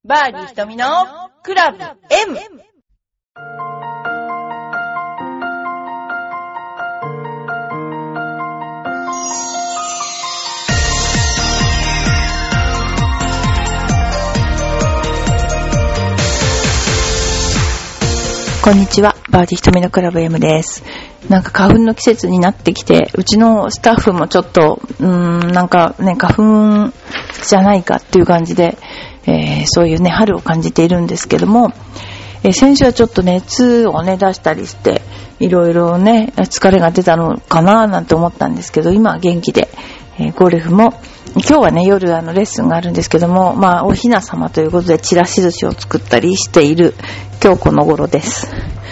バーディー瞳のクラブ M。こんにちは、バーディー瞳のクラブ M です。なんか花粉の季節になってきて、うちのスタッフもちょっとなんかね、花粉じゃないかっていう感じで、そういうね春を感じているんですけども、先週はちょっと熱をね出したりして、いろいろね疲れが出たのかななんて思ったんですけど、今は元気で、ゴルフも今日はね夜レッスンがあるんですけども、おひな様ということでちらし寿司を作ったりしている今日この頃です。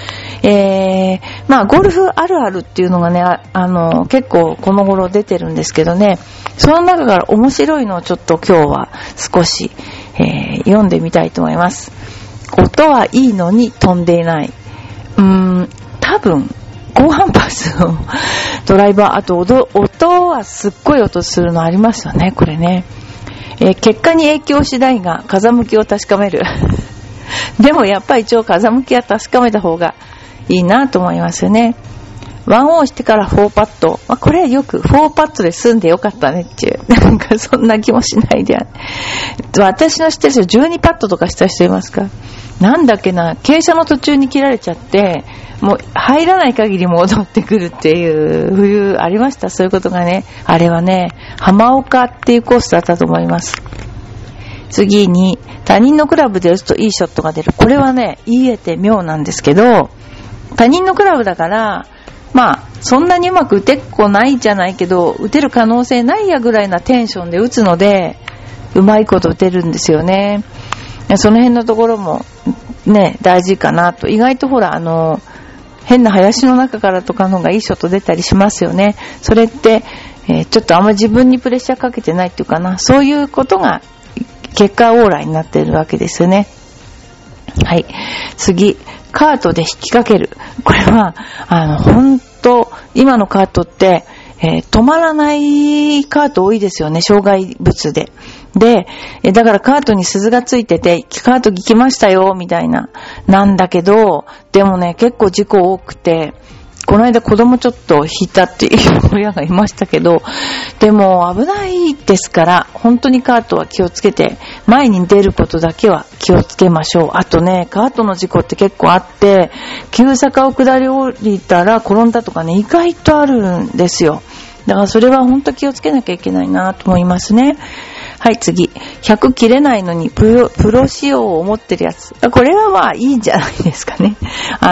ゴルフあるあるっていうのがね、結構この頃出てるんですけどね、その中から面白いのをちょっと今日は少し、読んでみたいと思います。音はいいのに飛んでいない。多分高反発のドライバー、あと音はすっごい音するのありますよね、これね。結果に影響しないが風向きを確かめるでもやっぱり一応風向きは確かめた方がいいなと思いますよね。ワンオンしてから4パット、これはよく4パットで済んでよかったねっていう、なんかそんな気もしないで、私の知ってる人12パットとかした人いますか？なんだっけな、傾斜の途中に切られちゃってもう入らない限り戻ってくるっていう冬ありました。そういうことがね、あれはね浜岡っていうコースだったと思います。次に他人のクラブで打つといいショットが出る。これはね言えて妙なんですけど、他人のクラブだからそんなにうまく打てっこないじゃないけど、打てる可能性ないやぐらいなテンションで打つのでうまいこと打てるんですよね。その辺のところもね大事かなと。意外とほら変な林の中からとかのがいいショット出たりしますよね。それって、ちょっとあんま自分にプレッシャーかけてないっていうかな、そういうことが結果オーライになっているわけですよね。はい、次カートで引きかける。これは本当今のカートって、止まらないカート多いですよね、障害物で。だからカートに鈴がついてて、カート聞きましたよみたいななんだけど、でもね結構事故多くて、この間子供ちょっと引いたっていう親がいましたけど、でも危ないですから本当にカートは気をつけて、前に出ることだけは気をつけましょう。あとねカートの事故って結構あって、急坂を下り降りたら転んだとかね意外とあるんですよ。だからそれは本当気をつけなきゃいけないなと思いますね。はい、次100切れないのにプロ仕様を持ってるやつ。これはいいんじゃないですかね。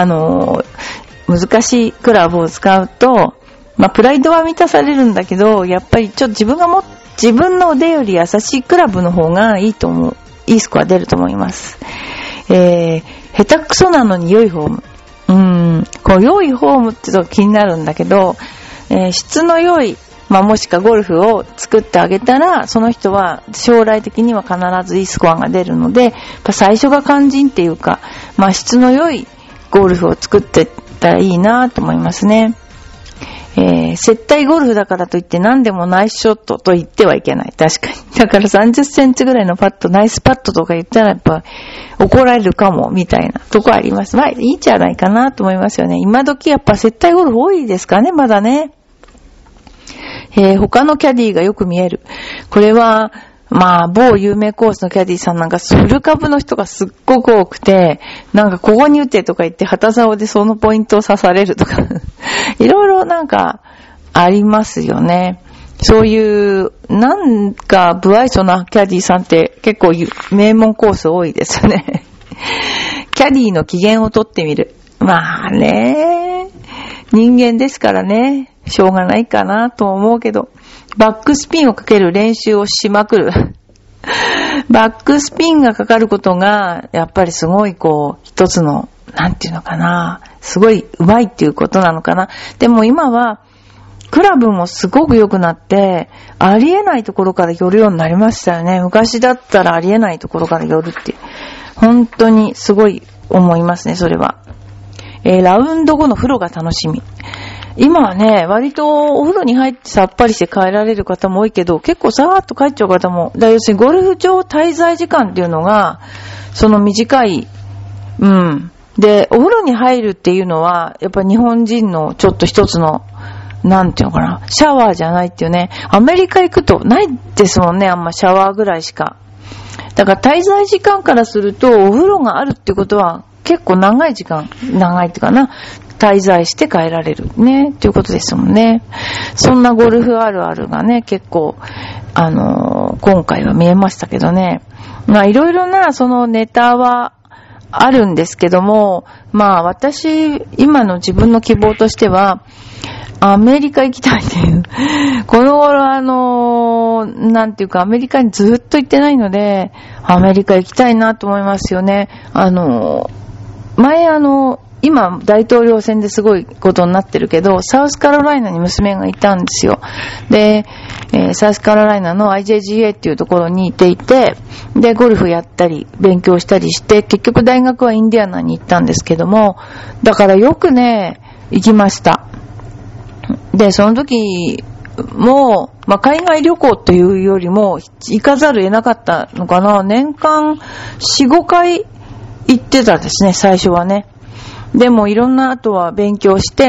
難しいクラブを使うと、プライドは満たされるんだけど、やっぱりちょっと自分の腕より優しいクラブの方がいいと思う。いいスコア出ると思います。下手くそなのに良いフォーム。良いフォームってと気になるんだけど、質の良い、もしくはゴルフを作ってあげたら、その人は将来的には必ずいいスコアが出るので、最初が肝心っていうか、質の良いゴルフを作っていったらいいなと思いますね。接待ゴルフだからといって何でもナイスショットと言ってはいけない。確かに。だから30センチぐらいのパット、ナイスパットとか言ったらやっぱ怒られるかもみたいなとこあります。いいんじゃないかなと思いますよね。今時やっぱ接待ゴルフ多いですかね、まだね。他のキャディーがよく見える。これは某有名コースのキャディーさんなんかフル株の人がすっごく多くて、なんかここに打てとか言って旗竿でそのポイントを刺されるとかいろいろなんかありますよね。そういうなんか不愛想なキャディーさんって結構名門コース多いですよねキャディーの機嫌を取ってみる。人間ですからね、しょうがないかなと思うけど、バックスピンをかける練習をしまくるバックスピンがかかることがやっぱりすごい一つのなんていうのかな、すごい上手いっていうことなのかな。でも今はクラブもすごく良くなって、ありえないところから寄るようになりましたよね。昔だったらありえないところから寄るって本当にすごい思いますね、それは。ラウンド後の風呂が楽しみ。 今はね、割とお風呂に入ってさっぱりして帰られる方も多いけど、結構さーっと帰っちゃう方も、要するにゴルフ場滞在時間っていうのが、その短い、で、お風呂に入るっていうのは、やっぱり日本人のちょっと一つの、なんていうのかな、シャワーじゃないっていうね。アメリカ行くとないですもんね、あんまシャワーぐらいしか。だから滞在時間からすると、お風呂があるってことは、結構長い時間、長いっていうかな、滞在して帰られるね、ということですもんね。そんなゴルフあるあるがね、結構、今回は見えましたけどね。まあ、いろいろな、そのネタは、あるんですけども、まあ私、今の自分の希望としては、アメリカ行きたいっていう。この頃なんていうかアメリカにずっと行ってないので、アメリカ行きたいなと思いますよね。前今大統領選ですごいことになってるけど、サウスカロライナに娘がいたんですよ。で、サウスカロライナの IJGA っていうところにいて、で、ゴルフやったり、勉強したりして、結局大学はインディアナに行ったんですけども、だからよくね、行きました。で、その時も、まあ、海外旅行というよりも、行かざるを得なかったのかな。年間4、5回行ってたですね、最初はね。でもいろんな後は勉強して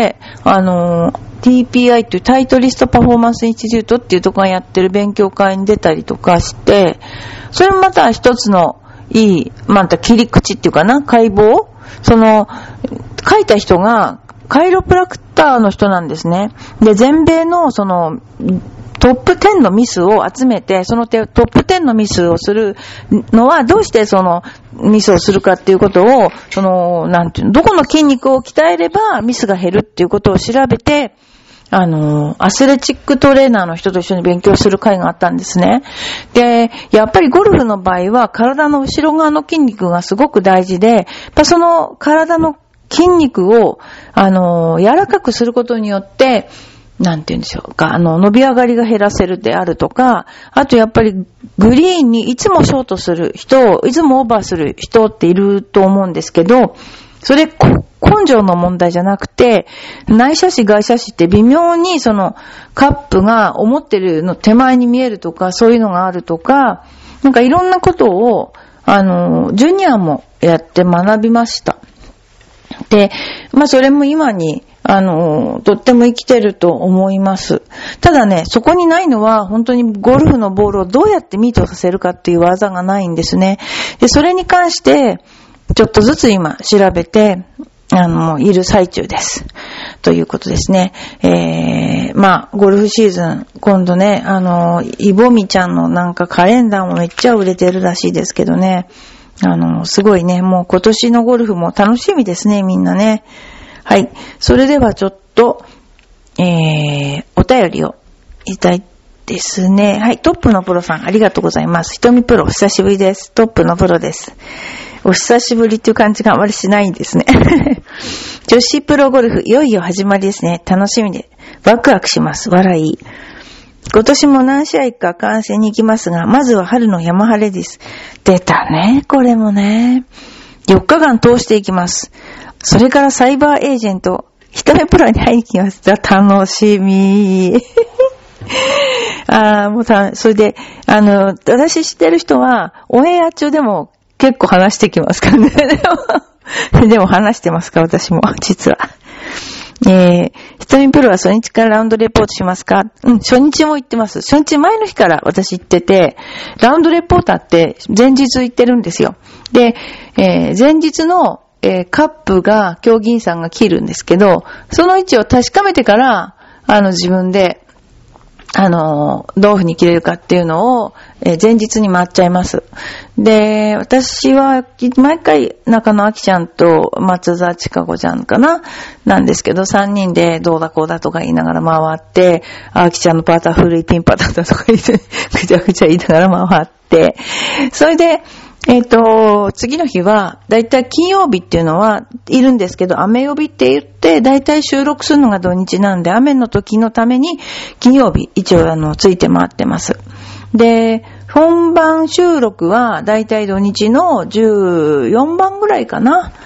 、TPI というタイトリストパフォーマンスインスティテュートっていうところがやってる勉強会に出たりとかして、それもまた一つのいい、また切り口っていうかな、解剖？書いた人がカイロプラクターの人なんですね。で、全米のトップ10のミスを集めて、そのトップ10のミスをするのは、どうしてそのミスをするかっていうことを、どこの筋肉を鍛えればミスが減るっていうことを調べて、アスレチックトレーナーの人と一緒に勉強する会があったんですね。で、やっぱりゴルフの場合は、体の後ろ側の筋肉がすごく大事で、やっぱその体の筋肉を、柔らかくすることによって、なんて言うんでしょうか、伸び上がりが減らせるであるとか、あとやっぱりグリーンにいつもショートする人、いつもオーバーする人っていると思うんですけど、それ根性の問題じゃなくて、内斜視外斜視って微妙にそのカップが思ってるの手前に見えるとか、そういうのがあるとか、なんかいろんなことを、ジュニアもやって学びました。で、まあそれも今に、とっても生きてると思います。ただね、そこにないのは本当にゴルフのボールをどうやってミートさせるかっていう技がないんですね。で、それに関してちょっとずつ今調べている最中です。ということですね。まあゴルフシーズン今度ね、イボミちゃんのなんかカレンダーもめっちゃ売れてるらしいですけどね。すごいね、もう今年のゴルフも楽しみですね、みんなね。はい。それではちょっと、お便りをいただいてですね。はい。トップのプロさん、ありがとうございます。ひとみプロ、久しぶりです。トップのプロです。お久しぶりっていう感じがあまりしないんですね。女子プロゴルフ、いよいよ始まりですね。楽しみで、ワクワクします。笑い。今年も何試合か観戦に行きますが、まずは春の山晴れです。出たね、これもね。4日間通していきます。それからサイバーエージェント、ひとめプロに会いに来ました。楽しみ。それで、私知ってる人は、オンエア中でも結構話してきますからね。でも話してますか、私も、実は。ひとみプロは初日からラウンドレポートしますか？初日も行ってます。初日前の日から私行ってて、ラウンドレポーターって前日行ってるんですよ。で、前日のカップが競技員さんが切るんですけど、その位置を確かめてから、自分で、どういう風に切れるかっていうのを、前日に回っちゃいます。で、私は、毎回、中野明ちゃんと松田千佳子ちゃんかななんですけど、3人でどうだこうだとか言いながら回って、明ちゃんのパター古いピンパターだとか言って、ぐちゃぐちゃ言いながら回って、それで、次の日は、だいたい金曜日っていうのはいるんですけど、雨曜日って言って、だいたい収録するのが土日なんで、雨の時のために金曜日、一応ついて回ってます。で、本番収録はだいたい土日の14番ぐらいかな。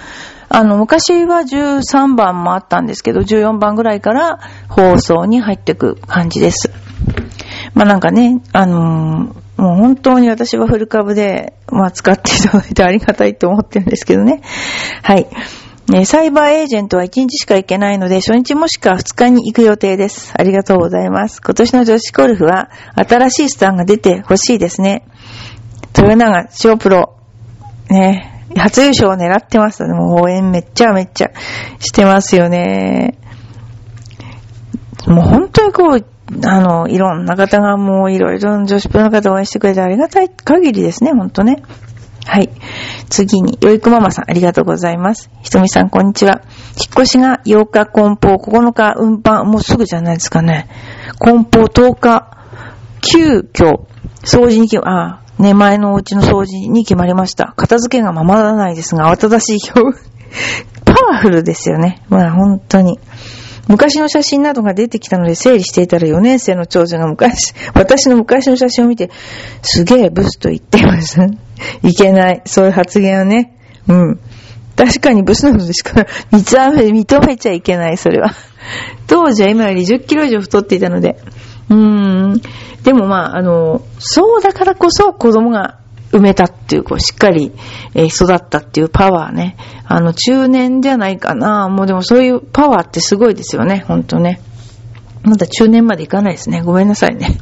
昔は13番もあったんですけど、14番ぐらいから放送に入ってく感じです。まあなんかね、もう本当に私はフル株で、まあ使っていただいてありがたいと思ってるんですけどね。はい。サイバーエージェントは1日しか行けないので、初日もしくは2日に行く予定です。ありがとうございます。今年の女子ゴルフは新しいスターが出てほしいですね。豊永翔プロ、ね、初優勝を狙ってますので、もう応援めっちゃしてますよね。もう本当にこう、いろんな方がもういろいろ女子プロの方を応援してくれてありがたい限りですね、本当ね。はい。次に、よいくママさん、ありがとうございます。ひとみさん、こんにちは。引っ越しが8日梱包、9日運搬、もうすぐじゃないですかね。梱包10日、急遽、掃除に前のお家の掃除に決まりました。片付けがままならないですが、慌ただしいパワフルですよね。まあ本当に。昔の写真などが出てきたので整理していたら4年生の長女が私の昔の写真を見て、すげえブスと言っています。いけない。そういう発言はね。うん。確かにブスなのですから認めちゃいけない、それは。当時は今より10キロ以上太っていたので。でもまあ、そうだからこそ子供が埋めたっていう、こう、しっかり、育ったっていうパワーね。中年じゃないかな。もうでもそういうパワーってすごいですよね。ほんとね。まだ中年までいかないですね。ごめんなさいね。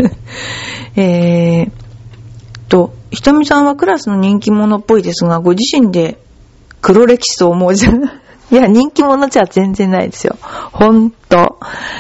ひとみさんはクラスの人気者っぽいですが、ご自身で黒歴史と思うじゃん。いや、人気者じゃ全然ないですよ。ほんと。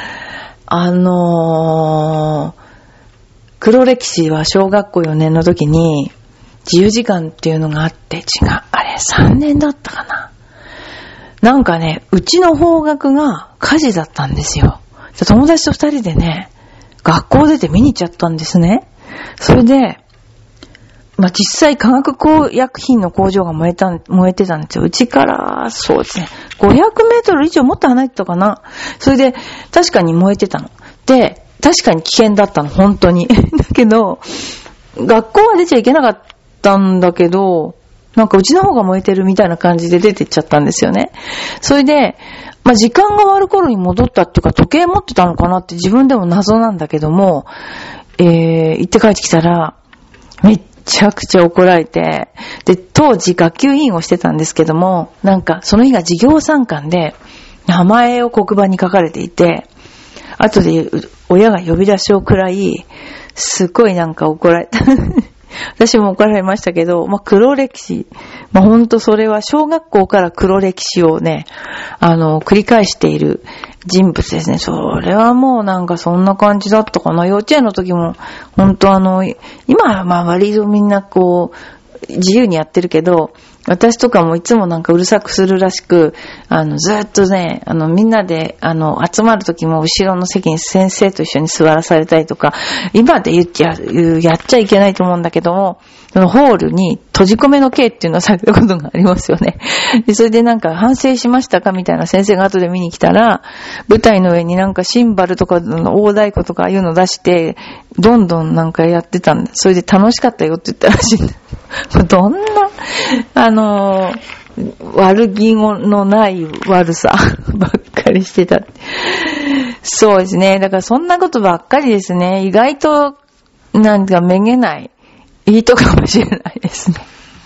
黒歴史は小学校4年の時に自由時間っていうのがあって、あれ3年だったかな。なんかね、うちの方角が火事だったんですよ。友達と2人でね、学校出て見に行っちゃったんですね。それで、まあ、実際化学薬品の工場が燃えてたんですよ。うちからそうですね、500メートル以上もっと離れてたかな。それで確かに燃えてたの。で、確かに危険だったの、本当に。だけど、学校は出ちゃいけなかったんだけど、なんかうちの方が燃えてるみたいな感じで出てっちゃったんですよね。それで、まあ、時間が終わる頃に戻ったっていうか、時計持ってたのかなって自分でも謎なんだけども、行って帰ってきたら、めっちゃくちゃ怒られて、で、当時学級委員をしてたんですけども、なんかその日が授業参観で、名前を黒板に書かれていて、後で親が呼び出しを食らい、すっごいなんか怒られた。私も怒られましたけど、まあ、黒歴史。まあ、ほんとそれは小学校から黒歴史をね、繰り返している人物ですね。それはもうなんかそんな感じだったかな。幼稚園の時も、ほんと今はまあ割とみんなこう、自由にやってるけど、私とかもいつもなんかうるさくするらしく、ずっとね、みんなで、集まる時も後ろの席に先生と一緒に座らされたりとか、今でやっちゃいけないと思うんだけども、そのホールに閉じ込めの刑っていうのをされたことがありますよね。で、それでなんか反省しましたかみたいな先生が後で見に来たら、舞台の上になんかシンバルとか大太鼓とかいうの出して、どんどんなんかやってたんだ。それで楽しかったよって言ったらしいんだ。どんな、悪気のない悪さばっかりしてた。そうですね。だからそんなことばっかりですね。意外となんかめげない。いいとかもしれないですね。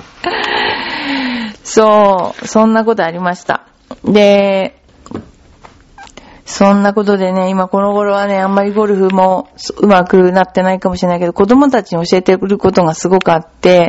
そんなことありました。で、そんなことでね、今この頃はね、あんまりゴルフもうまくなってないかもしれないけど、子供たちに教えてくることがすごくあって、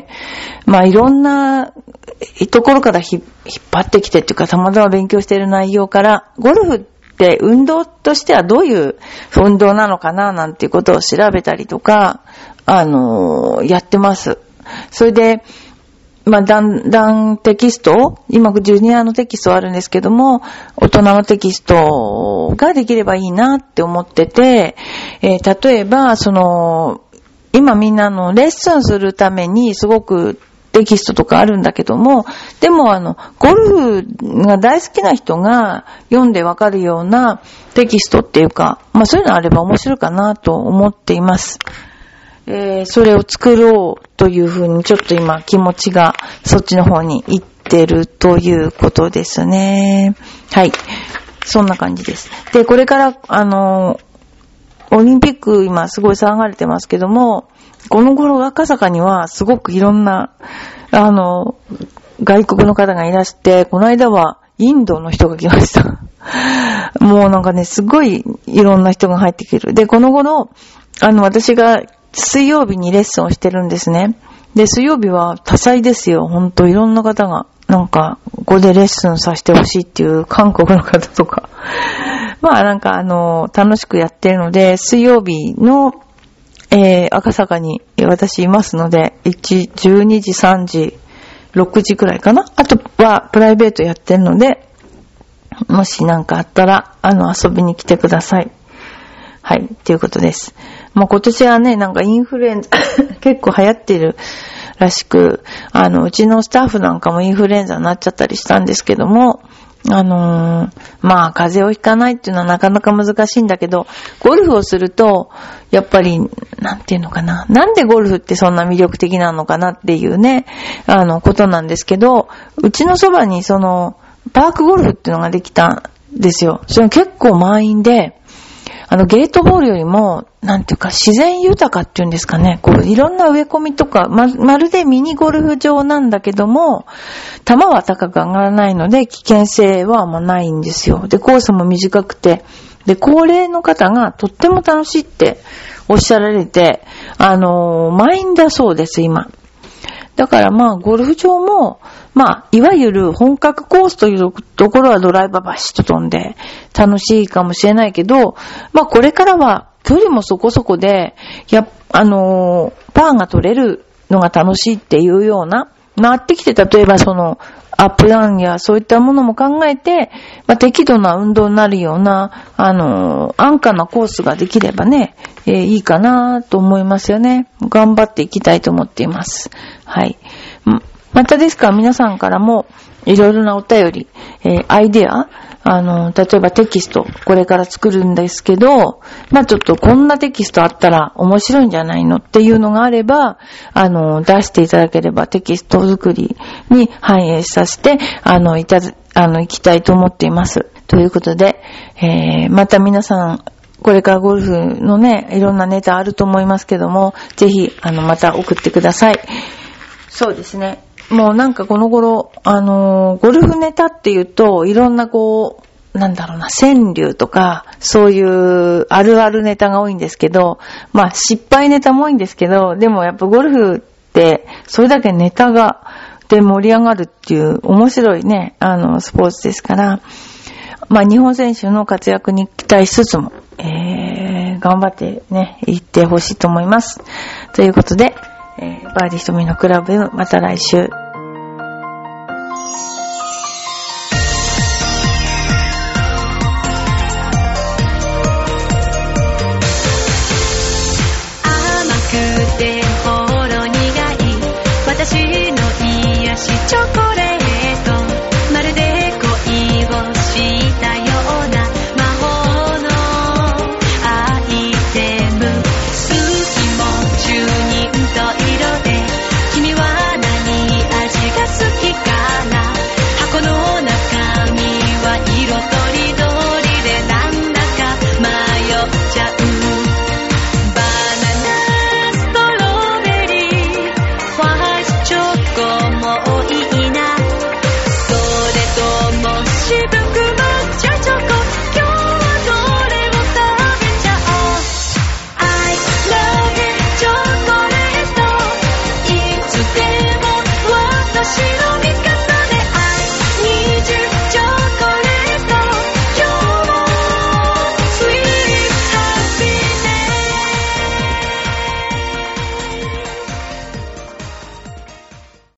まあいろんなところから引っ張ってきてっていうか、様々勉強している内容から、ゴルフって運動としてはどういう運動なのかななんていうことを調べたりとか、やってます。それで、まあ、だんだんテキスト、今ジュニアのテキストあるんですけども、大人のテキストができればいいなって思ってて、例えば、今みんなレッスンするためにすごくテキストとかあるんだけども、でもゴルフが大好きな人が読んでわかるようなテキストっていうか、まあそういうのあれば面白いかなと思っています。それを作ろうというふうにちょっと今気持ちがそっちの方に行っってるということですね。はい。そんな感じです。で、これから、オリンピック今すごい騒がれてますけども、この頃赤坂にはすごくいろんな、外国の方がいらして、この間はインドの人が来ました。もうなんかね、すごいいろんな人が入ってくる。で、この頃、私が水曜日にレッスンをしてるんですね。で、水曜日は多彩ですよ。ほんといろんな方が、なんか、ここでレッスンさせてほしいっていう韓国の方とか。まあなんか楽しくやってるので、水曜日の、赤坂に私いますので、12時、3時、6時くらいかな。あとはプライベートやってるので、もしなんかあったら、遊びに来てください。はい、ということです。もう今年はね、なんかインフルエンザ結構流行ってるらしく、うちのスタッフなんかもインフルエンザになっちゃったりしたんですけども、まあ、風邪をひかないっていうのはなかなか難しいんだけど、ゴルフをすると、やっぱり、なんていうのかな。なんでゴルフってそんな魅力的なのかなっていうね、ことなんですけど、うちのそばにパークゴルフっていうのができたんですよ。それ結構満員で、ゲートボールよりも、なんていうか、自然豊かっていうんですかね。こう、いろんな植え込みとか、まるでミニゴルフ場なんだけども、球は高く上がらないので、危険性はあんまないんですよ。で、コースも短くて、で、高齢の方がとっても楽しいっておっしゃられて、満員だそうです、今。だからまあ、ゴルフ場も、まあ、いわゆる本格コースというところはドライバーバシッと飛んで楽しいかもしれないけど、まあこれからは距離もそこそこで、パーが取れるのが楽しいっていうような、回ってきて例えばアップダウンやそういったものも考えて、まあ適度な運動になるような、安価なコースができればね、いいかなと思いますよね。頑張っていきたいと思っています。はい。またですから皆さんからもいろいろなお便り、アイデア、例えばテキスト、これから作るんですけど、まあちょっとこんなテキストあったら面白いんじゃないのっていうのがあれば、出していただければテキスト作りに反映させて、行きたいと思っています。ということで、また皆さん、これからゴルフのね、いろんなネタあると思いますけども、ぜひ、また送ってください。そうですね。もうなんかこの頃、ゴルフネタっていうと、いろんなこう、なんだろうな、川柳とか、そういうあるあるネタが多いんですけど、まあ失敗ネタも多いんですけど、でもやっぱゴルフって、それだけネタで盛り上がるっていう面白いね、スポーツですから、まあ日本選手の活躍に期待しつつも、頑張ってね、いってほしいと思います。ということで、バーディー瞳のクラブ M、また来週。 甘くてほろ苦い私の癒しチョコ